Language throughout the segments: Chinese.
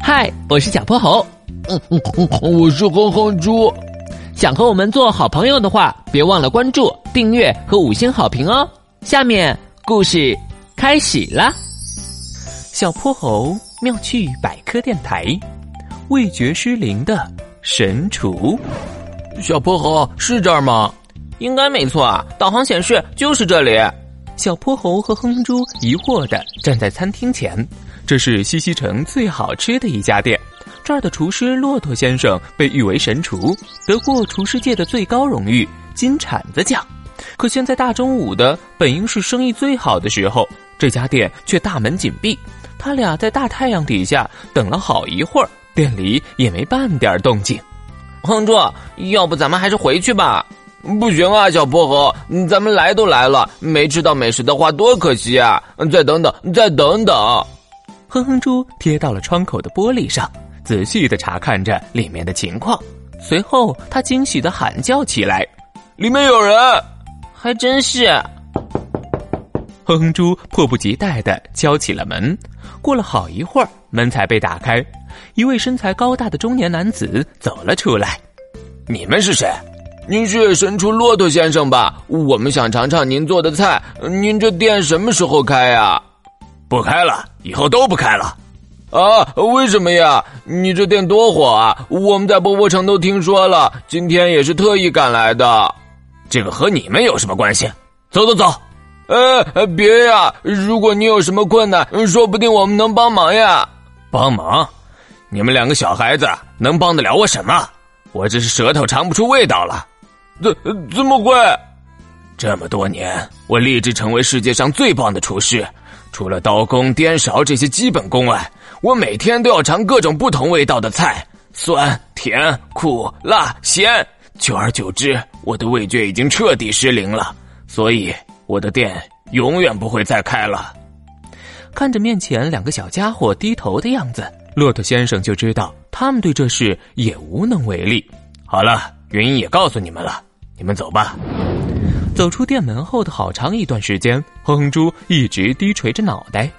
嗨，我是小泼猴。 我是哼哼猪。 想和我们做好朋友的话，别忘了关注、订阅和5星好评哦。下面故事开始啦。小泼猴妙趣百科电台，味觉失灵的神厨。 小泼猴，是这儿吗？ 应该没错啊，导航显示就是这里。小泼猴和哼哼猪疑惑地站在餐厅前，这是西溪城最好吃的一家店。这儿的厨师骆驼先生被誉为神厨，得过厨师界的最高荣誉金铲子奖。可现在大中午的，本应是生意最好的时候，这家店却大门紧闭。他俩在大太阳底下等了好一会儿，店里也没半点动静。哼猪，要不咱们还是回去吧？ 不行啊，小泼猴，咱们来都来了，没吃到美食的话多可惜啊！再等等，再等等。 哼哼猪贴到了窗口的玻璃上，仔细地查看着里面的情况。随后他惊喜地喊叫起来： 里面有人！ 还真是。哼哼猪迫不及待地敲起了门。过了好一会儿，门才被打开，一位身材高大的中年男子走了出来。 你们是谁？您是神厨骆驼先生吧？我们想尝尝您做的菜，您这店什么时候开呀？ 不开了，以后都不开了。 啊，为什么呀？你这店多火啊，我们在波波城都听说了，今天也是特意赶来的。 这个和你们有什么关系？走走走。 别呀，如果你有什么困难，说不定我们能帮忙呀。 帮忙？你们2个小孩子能帮得了我什么？我这是舌头尝不出味道了。 怎么会？ 这么多年，我立志成为世界上最棒的厨师。除了刀工、颠勺这些基本功外，我每天都要尝各种不同味道的菜，酸、甜、苦、辣、咸。久而久之，我的味觉已经彻底失灵了，所以我的店永远不会再开了。 看着面前2个小家伙低头的样子，骆驼先生就知道他们对这事也无能为力。 好了，原因也告诉你们了，你们走吧。 走出店门后的好长一段时间，哼哼猪一直低垂着脑袋。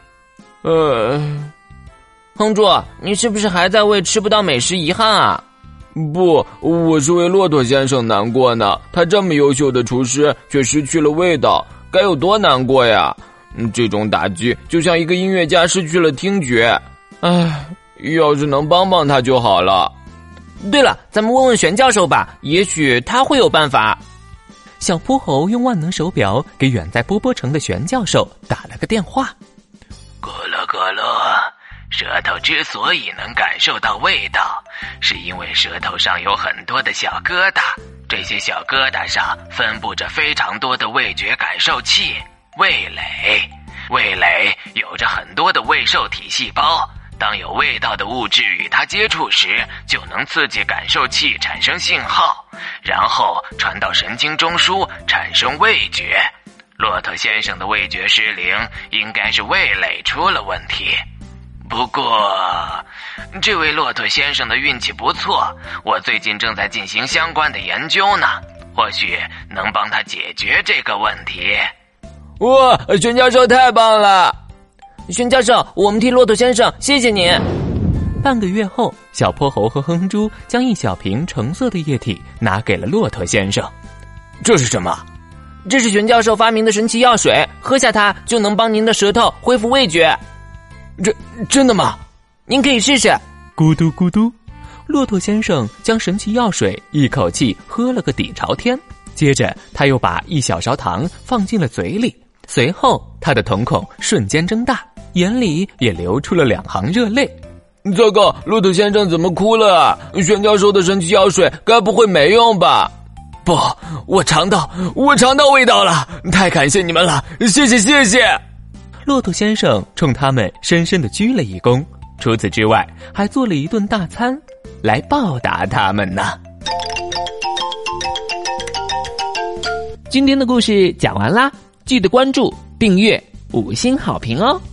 哼猪，你是不是还在为吃不到美食遗憾啊？ 不，我是为骆驼先生难过呢。他这么优秀的厨师，却失去了味道，该有多难过呀！这种打击就像一个音乐家失去了听觉。要是能帮帮他就好了。 对了，咱们问问玄教授吧，也许他会有办法。小泼猴用万能手表给远在波波城的玄教授打了个电话。 咕噜咕噜，舌头之所以能感受到味道，是因为舌头上有很多的小疙瘩，这些小疙瘩上分布着非常多的味觉感受器——味蕾。味蕾有着很多的味受体细胞，当有味道的物质与它接触时，就能刺激感受器产生信号，然后传到神经中枢产生味觉。骆驼先生的味觉失灵，应该是味蕾出了问题。不过，这位骆驼先生的运气不错，我最近正在进行相关的研究呢，或许能帮他解决这个问题。 哇，玄教授太棒了！ 玄教授，我们替骆驼先生谢谢您。半个月后，小泼猴和哼哼猪将1小瓶橙色的液体拿给了骆驼先生。 这是什么？ 这是玄教授发明的神奇药水，喝下它就能帮您的舌头恢复味觉。 真的吗？ 您可以试试。咕嘟咕嘟，骆驼先生将神奇药水一口气喝了个底朝天，接着他又把1小勺糖放进了嘴里，随后他的瞳孔瞬间睁大，眼里也流出了2行热泪。 糟糕，骆驼先生怎么哭了啊？玄教授的神奇药水该不会没用吧？ 不，我尝到味道了，太感谢你们了，谢谢。 骆驼先生冲他们深深地鞠了一躬，除此之外还做了一顿大餐来报答他们呢。今天的故事讲完啦，记得关注、订阅、5星好评哦。